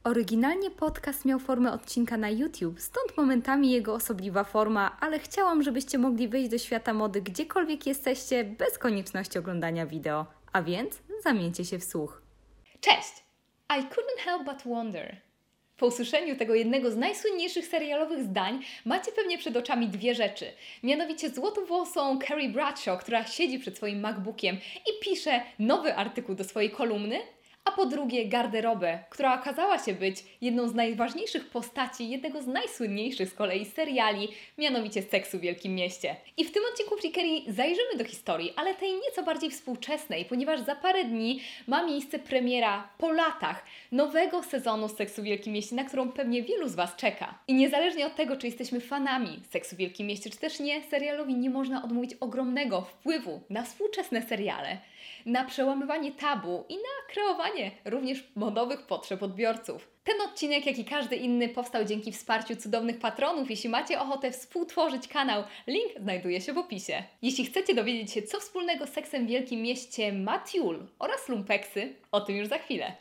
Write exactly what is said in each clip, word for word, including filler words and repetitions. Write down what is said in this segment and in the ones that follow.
Oryginalnie podcast miał formę odcinka na YouTube, stąd momentami jego osobliwa forma, ale chciałam, żebyście mogli wejść do świata mody gdziekolwiek jesteście, bez konieczności oglądania wideo. A więc zamieńcie się w słuch. Cześć! I couldn't help but wonder. Po usłyszeniu tego jednego z najsłynniejszych serialowych zdań macie pewnie przed oczami dwie rzeczy. Mianowicie złotowłosą Carrie Bradshaw, która siedzi przed swoim MacBookiem i pisze nowy artykuł do swojej kolumny, a po drugie garderobę, która okazała się być jedną z najważniejszych postaci jednego z najsłynniejszych z kolei seriali, mianowicie Seksu w Wielkim Mieście. I w tym odcinku Freakery zajrzymy do historii, ale tej nieco bardziej współczesnej, ponieważ za parę dni ma miejsce premiera po latach nowego sezonu Seksu w Wielkim Mieście, na którą pewnie wielu z Was czeka. I niezależnie od tego, czy jesteśmy fanami Seksu w Wielkim Mieście, czy też nie, serialowi nie można odmówić ogromnego wpływu na współczesne seriale, na przełamywanie tabu i na kreowanie również modowych potrzeb odbiorców. Ten odcinek, jak i każdy inny, powstał dzięki wsparciu cudownych patronów. Jeśli macie ochotę współtworzyć kanał, link znajduje się w opisie. Jeśli chcecie dowiedzieć się, co wspólnego z Seksem w Wielkim Mieście ma Tiul oraz lumpeksy, o tym już za chwilę.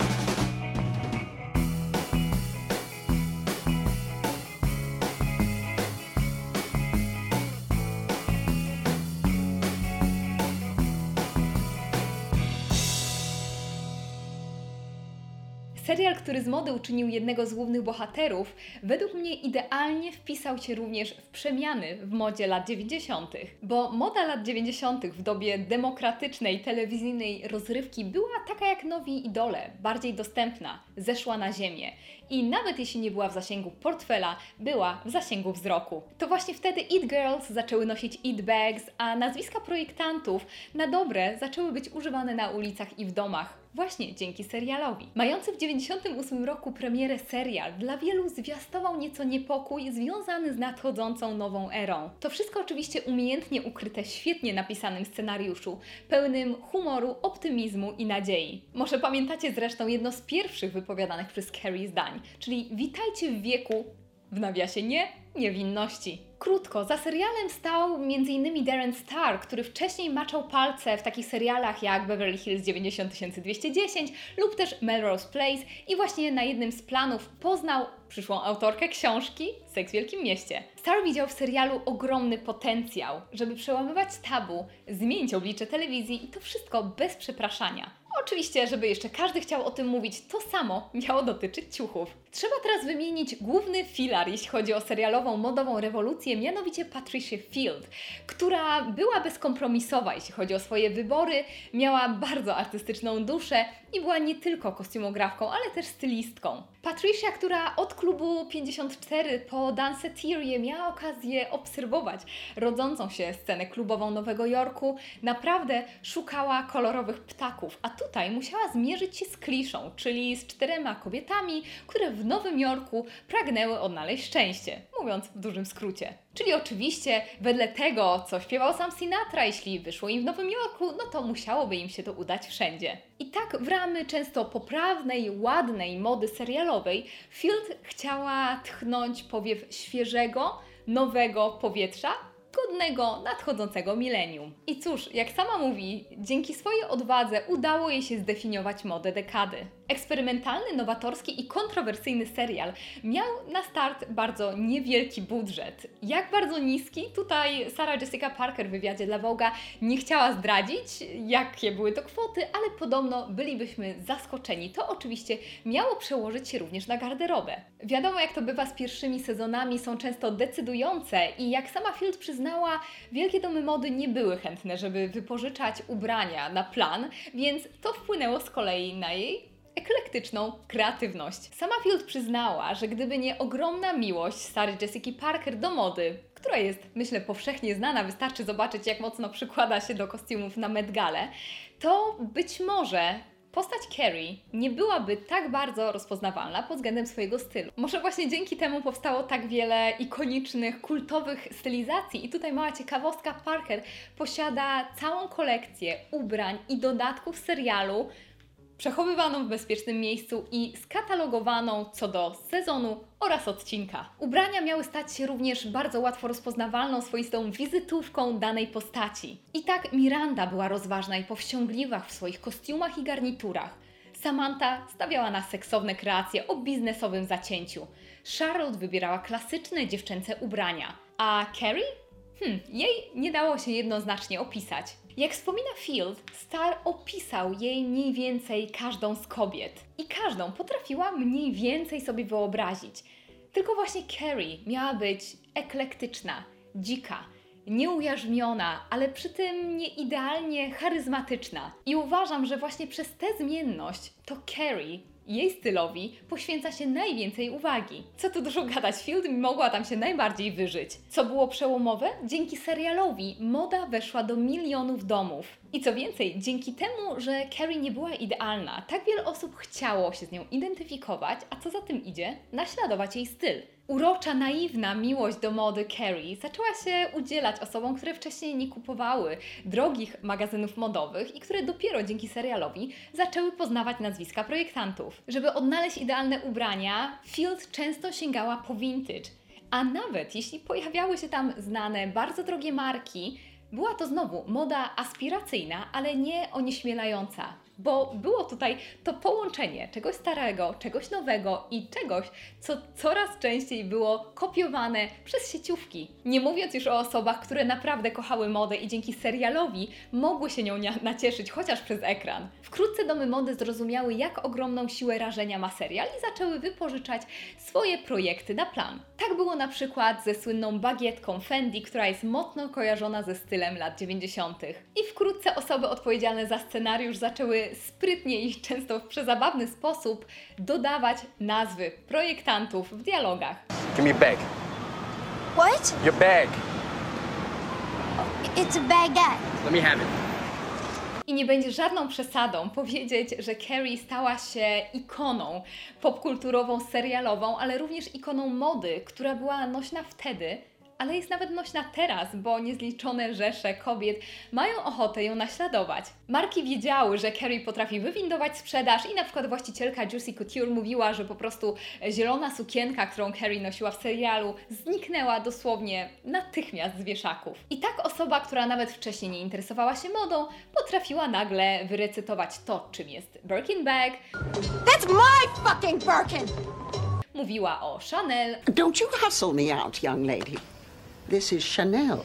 Serial, który z mody uczynił jednego z głównych bohaterów, według mnie idealnie wpisał się również w przemiany w modzie lat dziewięćdziesiątych. Bo moda lat dziewięćdziesiątych w dobie demokratycznej, telewizyjnej rozrywki była taka jak nowi idole, bardziej dostępna, zeszła na ziemię. I nawet jeśli nie była w zasięgu portfela, była w zasięgu wzroku. To właśnie wtedy It Girls zaczęły nosić It Bags, a nazwiska projektantów na dobre zaczęły być używane na ulicach i w domach. Właśnie dzięki serialowi. Mający w dziewięćdziesiątym ósmym roku premierę serial dla wielu zwiastował nieco niepokój związany z nadchodzącą nową erą. To wszystko oczywiście umiejętnie ukryte w świetnie napisanym scenariuszu, pełnym humoru, optymizmu i nadziei. Może pamiętacie zresztą jedno z pierwszych wypowiadanych przez Carrie zdań, czyli witajcie w wieku, w nawiasie nie, niewinności. Krótko, za serialem stał między innymi Darren Star, który wcześniej maczał palce w takich serialach jak Beverly Hills dziewięćdziesiąt tysięcy dwieście dziesięć lub też Melrose Place i właśnie na jednym z planów poznał przyszłą autorkę książki Seks w Wielkim Mieście. Star widział w serialu ogromny potencjał, żeby przełamywać tabu, zmienić oblicze telewizji i to wszystko bez przepraszania. Oczywiście, żeby jeszcze każdy chciał o tym mówić, to samo miało dotyczyć ciuchów. Trzeba teraz wymienić główny filar, jeśli chodzi o serialową, modową rewolucję, mianowicie Patricia Field, która była bezkompromisowa, jeśli chodzi o swoje wybory, miała bardzo artystyczną duszę i była nie tylko kostiumografką, ale też stylistką. Patricia, która od klubu pięćdziesiąt cztery po Danceterię miała okazję obserwować rodzącą się scenę klubową Nowego Jorku, naprawdę szukała kolorowych ptaków, a tutaj musiała zmierzyć się z kliszą, czyli z czterema kobietami, które w Nowym Jorku pragnęły odnaleźć szczęście, mówiąc w dużym skrócie. Czyli oczywiście wedle tego, co śpiewał sam Sinatra, jeśli wyszło im w Nowym Jorku, no to musiałoby im się to udać wszędzie. I tak w ramy często poprawnej, ładnej mody serialowej Field chciała tchnąć powiew świeżego, nowego powietrza, godnego nadchodzącego milenium. I cóż, jak sama mówi, dzięki swojej odwadze udało jej się zdefiniować modę dekady. Eksperymentalny, nowatorski i kontrowersyjny serial miał na start bardzo niewielki budżet. Jak bardzo niski? Tutaj Sarah Jessica Parker w wywiadzie dla Vogue'a nie chciała zdradzić, jakie były to kwoty, ale podobno bylibyśmy zaskoczeni. To oczywiście miało przełożyć się również na garderobę. Wiadomo, jak to bywa z pierwszymi sezonami, są często decydujące i jak sama Field przyznała, wielkie domy mody nie były chętne, żeby wypożyczać ubrania na plan, więc to wpłynęło z kolei na jej eklektyczną kreatywność. Sama Field przyznała, że gdyby nie ogromna miłość Sarah Jessica Parker do mody, która jest, myślę, powszechnie znana, wystarczy zobaczyć, jak mocno przykłada się do kostiumów na Met Galę, to być może postać Carrie nie byłaby tak bardzo rozpoznawalna pod względem swojego stylu. Może właśnie dzięki temu powstało tak wiele ikonicznych, kultowych stylizacji. I tutaj mała ciekawostka, Parker posiada całą kolekcję ubrań i dodatków serialu, przechowywaną w bezpiecznym miejscu i skatalogowaną co do sezonu oraz odcinka. Ubrania miały stać się również bardzo łatwo rozpoznawalną, swoistą wizytówką danej postaci. I tak Miranda była rozważna i powściągliwa w swoich kostiumach i garniturach. Samantha stawiała na seksowne kreacje o biznesowym zacięciu. Charlotte wybierała klasyczne dziewczęce ubrania. A Carrie? Hmm, jej nie dało się jednoznacznie opisać. Jak wspomina Field, Star opisał jej mniej więcej każdą z kobiet. I każdą potrafiła mniej więcej sobie wyobrazić. Tylko właśnie Carrie miała być eklektyczna, dzika, nieujarzmiona, ale przy tym nie idealnie charyzmatyczna. I uważam, że właśnie przez tę zmienność to Carrie, jej stylowi, poświęca się najwięcej uwagi. Co tu dużo gadać, Field mogła tam się najbardziej wyżyć. Co było przełomowe? Dzięki serialowi moda weszła do milionów domów. I co więcej, dzięki temu, że Carrie nie była idealna, tak wiele osób chciało się z nią identyfikować, a co za tym idzie, naśladować jej styl. Urocza, naiwna miłość do mody Carrie zaczęła się udzielać osobom, które wcześniej nie kupowały drogich magazynów modowych i które dopiero dzięki serialowi zaczęły poznawać nazwiska projektantów. Żeby odnaleźć idealne ubrania, Field często sięgała po vintage, a nawet jeśli pojawiały się tam znane, bardzo drogie marki, była to znowu moda aspiracyjna, ale nie onieśmielająca, bo było tutaj to połączenie czegoś starego, czegoś nowego i czegoś, co coraz częściej było kopiowane przez sieciówki. Nie mówiąc już o osobach, które naprawdę kochały modę i dzięki serialowi mogły się nią nacieszyć chociaż przez ekran. Wkrótce domy mody zrozumiały, jak ogromną siłę rażenia ma serial i zaczęły wypożyczać swoje projekty na plan. Tak było na przykład ze słynną bagietką Fendi, która jest mocno kojarzona ze stylem lat dziewięćdziesiątych. I wkrótce osoby odpowiedzialne za scenariusz zaczęły sprytnie i często w przezabawny sposób dodawać nazwy projektantów w dialogach. Give me your bag. What? Your bag. It's a baguette. Let me have it. I nie będzie żadną przesadą powiedzieć, że Carrie stała się ikoną popkulturową, serialową, ale również ikoną mody, która była nośna wtedy, ale jest nawet nośna teraz, bo niezliczone rzesze kobiet mają ochotę ją naśladować. Marki wiedziały, że Carrie potrafi wywindować sprzedaż i na przykład właścicielka Juicy Couture mówiła, że po prostu zielona sukienka, którą Carrie nosiła w serialu, zniknęła dosłownie natychmiast z wieszaków. I tak osoba, która nawet wcześniej nie interesowała się modą, potrafiła nagle wyrecytować to, czym jest Birkin bag. That's my fucking Birkin! Mówiła o Chanel, Don't you hustle me out, young lady. This is Chanel.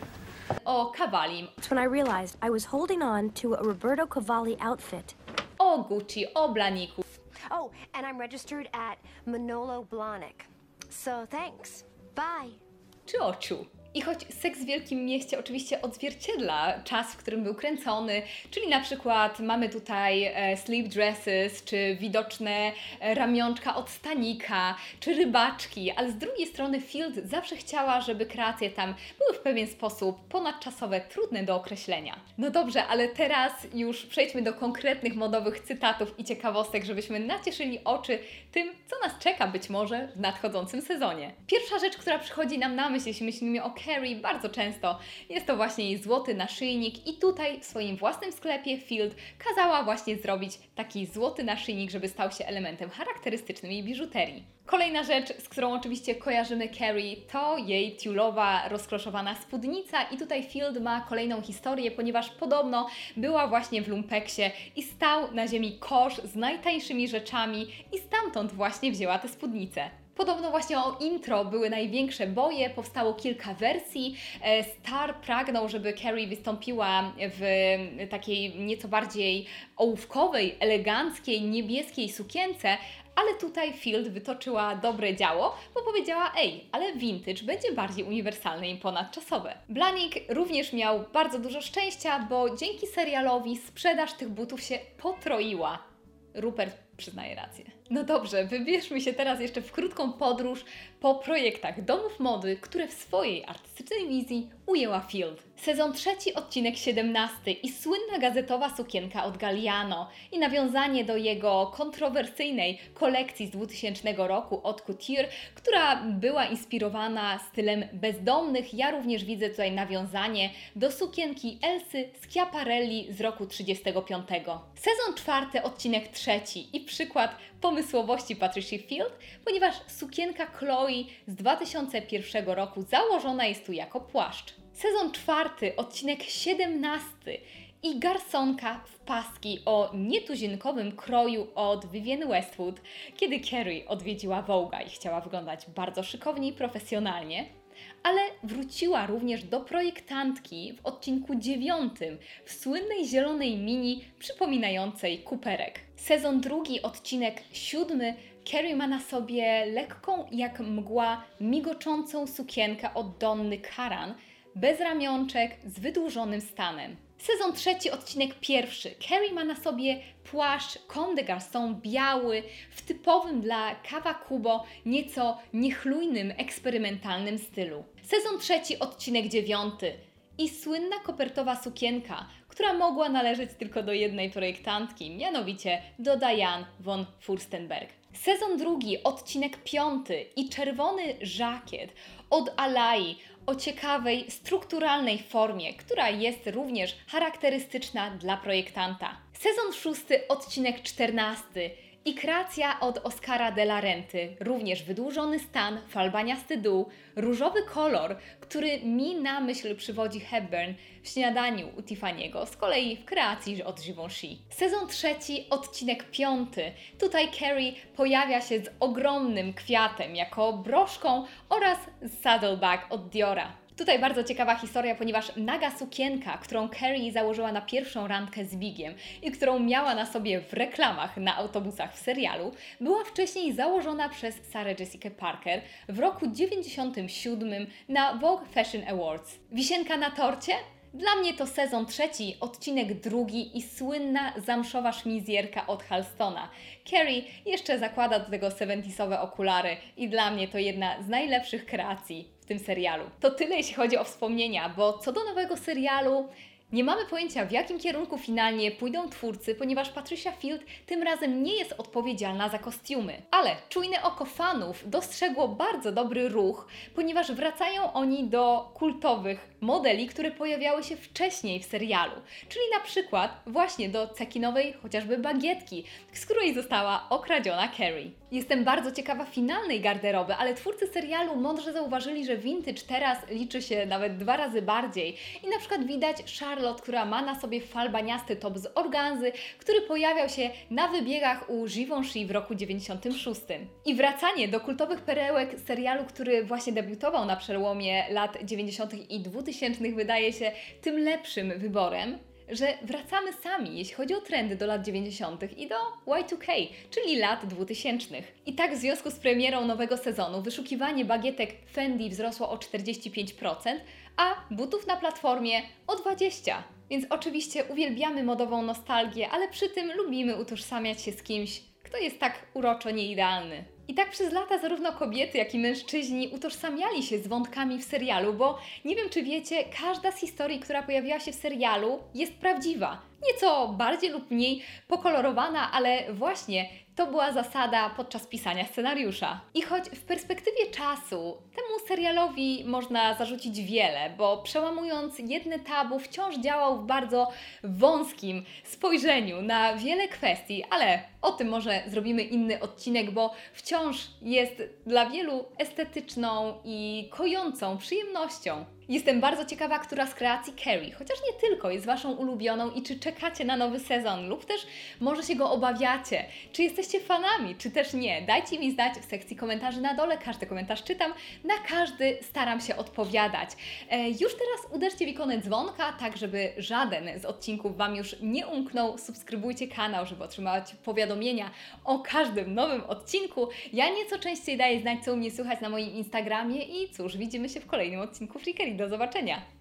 o Cavalli, That's when I realized I was holding on to a Roberto Cavalli outfit. o Gucci, o Blahniku. Oh, and I'm registered at Manolo Blahnik. So thanks. Bye. Czy oczu. I choć Seks w Wielkim Mieście oczywiście odzwierciedla czas, w którym był kręcony, czyli na przykład mamy tutaj e, sleeve dresses, czy widoczne e, ramionczka od stanika, czy rybaczki, ale z drugiej strony Field zawsze chciała, żeby kreacje tam były w pewien sposób ponadczasowe, trudne do określenia. No dobrze, ale teraz już przejdźmy do konkretnych modowych cytatów i ciekawostek, żebyśmy nacieszyli oczy tym, co nas czeka być może w nadchodzącym sezonie. Pierwsza rzecz, która przychodzi nam na myśl, jeśli myślimy o Carrie, bardzo często jest to właśnie jej złoty naszyjnik i tutaj w swoim własnym sklepie Field kazała właśnie zrobić taki złoty naszyjnik, żeby stał się elementem charakterystycznym jej biżuterii. Kolejna rzecz, z którą oczywiście kojarzymy Carrie, to jej tiulowa, rozkloszowana spódnica i tutaj Field ma kolejną historię, ponieważ podobno była właśnie w lumpeksie i stał na ziemi kosz z najtańszymi rzeczami i stamtąd właśnie wzięła tę spódnicę. Podobno właśnie o intro były największe boje, powstało kilka wersji. Star pragnął, żeby Carrie wystąpiła w takiej nieco bardziej ołówkowej, eleganckiej, niebieskiej sukience, ale tutaj Field wytoczyła dobre działo, bo powiedziała, ej, ale vintage będzie bardziej uniwersalne i ponadczasowe. Blahnik również miał bardzo dużo szczęścia, bo dzięki serialowi sprzedaż tych butów się potroiła. Rupert przyznaje rację. No dobrze, wybierzmy się teraz jeszcze w krótką podróż po projektach domów mody, które w swojej artystycznej wizji ujęła Field. Sezon trzeci, odcinek siedemnasty i słynna gazetowa sukienka od Galliano i nawiązanie do jego kontrowersyjnej kolekcji z dwutysięcznego roku od Couture, która była inspirowana stylem bezdomnych. Ja również widzę tutaj nawiązanie do sukienki Elsy z Schiaparelli z roku trzydziestego piątego. Sezon czwarty, odcinek trzeci i przykład pomysłowości Patricia Field, ponieważ sukienka Chloe z dwa tysiące pierwszego roku założona jest tu jako płaszcz. Sezon czwarty, odcinek siedemnasty i garsonka w paski o nietuzinkowym kroju od Vivienne Westwood, kiedy Carrie odwiedziła Vogue'a i chciała wyglądać bardzo szykownie i profesjonalnie, ale wróciła również do projektantki w odcinku dziewiątym w słynnej zielonej mini przypominającej kuperek. Sezon drugi, odcinek siódmy, Carrie ma na sobie lekką jak mgła migoczącą sukienkę od Donny Karan, bez ramionczek, z wydłużonym stanem. Sezon trzeci, odcinek pierwszy. Carrie ma na sobie płaszcz Comme des Garçons biały, w typowym dla Kawakubo, nieco niechlujnym, eksperymentalnym stylu. Sezon trzeci, odcinek dziewiąty. I słynna kopertowa sukienka, która mogła należeć tylko do jednej projektantki, mianowicie do Diane von Furstenberg. Sezon drugi, odcinek piąty i czerwony żakiet od Alai o ciekawej, strukturalnej formie, która jest również charakterystyczna dla projektanta. Sezon szósty, odcinek czternasty i kreacja od Oscara de la Renty, również wydłużony stan, falbaniasty dół, różowy kolor, który mi na myśl przywodzi Hepburn w Śniadaniu u Tiffany'ego, z kolei w kreacji od Givenchy. Sezon trzeci, odcinek piąty. Tutaj Carrie pojawia się z ogromnym kwiatem jako broszką oraz saddleback od Diora. Tutaj bardzo ciekawa historia, ponieważ naga sukienka, którą Carrie założyła na pierwszą randkę z Bigiem i którą miała na sobie w reklamach na autobusach w serialu, była wcześniej założona przez Sarah Jessica Parker w roku dziewięćdziesiątym siódmym na Vogue Fashion Awards. Wisienka na torcie? Dla mnie to sezon trzeci, odcinek drugi i słynna zamszowa szmizjerka od Halstona. Carrie jeszcze zakłada do tego siedemdziesiątych okulary i dla mnie to jedna z najlepszych kreacji w tym serialu. To tyle jeśli chodzi o wspomnienia, bo co do nowego serialu, nie mamy pojęcia, w jakim kierunku finalnie pójdą twórcy, ponieważ Patricia Field tym razem nie jest odpowiedzialna za kostiumy. Ale czujne oko fanów dostrzegło bardzo dobry ruch, ponieważ wracają oni do kultowych modeli, które pojawiały się wcześniej w serialu. Czyli na przykład właśnie do cekinowej chociażby bagietki, z której została okradziona Carrie. Jestem bardzo ciekawa finalnej garderoby, ale twórcy serialu mądrze zauważyli, że vintage teraz liczy się nawet dwa razy bardziej. I na przykład widać Charlotte, która ma na sobie falbaniasty top z organzy, który pojawiał się na wybiegach u Givenchy w roku dziewięćdziesiątym szóstym. I wracanie do kultowych perełek serialu, który właśnie debiutował na przełomie lat dziewięćdziesiątych i dwutysięcznych wydaje się tym lepszym wyborem, że wracamy sami, jeśli chodzi o trendy do lat dziewięćdziesiątych i do Y dwa K, czyli lat dwutysięcznych. I tak w związku z premierą nowego sezonu wyszukiwanie bagietek Fendi wzrosło o czterdzieści pięć procent, a butów na platformie o dwadzieścia procent. Więc oczywiście uwielbiamy modową nostalgię, ale przy tym lubimy utożsamiać się z kimś, kto jest tak uroczo nieidealny. I tak przez lata zarówno kobiety, jak i mężczyźni utożsamiali się z wątkami w serialu, bo nie wiem czy wiecie, każda z historii, która pojawiła się w serialu, jest prawdziwa. Nieco bardziej lub mniej pokolorowana, ale właśnie to była zasada podczas pisania scenariusza. I choć w perspektywie czasu temu serialowi można zarzucić wiele, bo przełamując jedne tabu wciąż działał w bardzo wąskim spojrzeniu na wiele kwestii, ale o tym może zrobimy inny odcinek, bo wciąż jest dla wielu estetyczną i kojącą przyjemnością. Jestem bardzo ciekawa, która z kreacji Carrie, chociaż nie tylko, jest Waszą ulubioną i czy czekacie na nowy sezon lub też może się go obawiacie. Czy jesteście fanami, czy też nie? Dajcie mi znać w sekcji komentarzy na dole, każdy komentarz czytam, na każdy staram się odpowiadać. E, już teraz uderzcie w ikonę dzwonka, tak żeby żaden z odcinków Wam już nie umknął. Subskrybujcie kanał, żeby otrzymać powiadomienia o każdym nowym odcinku. Ja nieco częściej daję znać, co u mnie słychać na moim Instagramie i cóż, widzimy się w kolejnym odcinku Freakery. Do zobaczenia!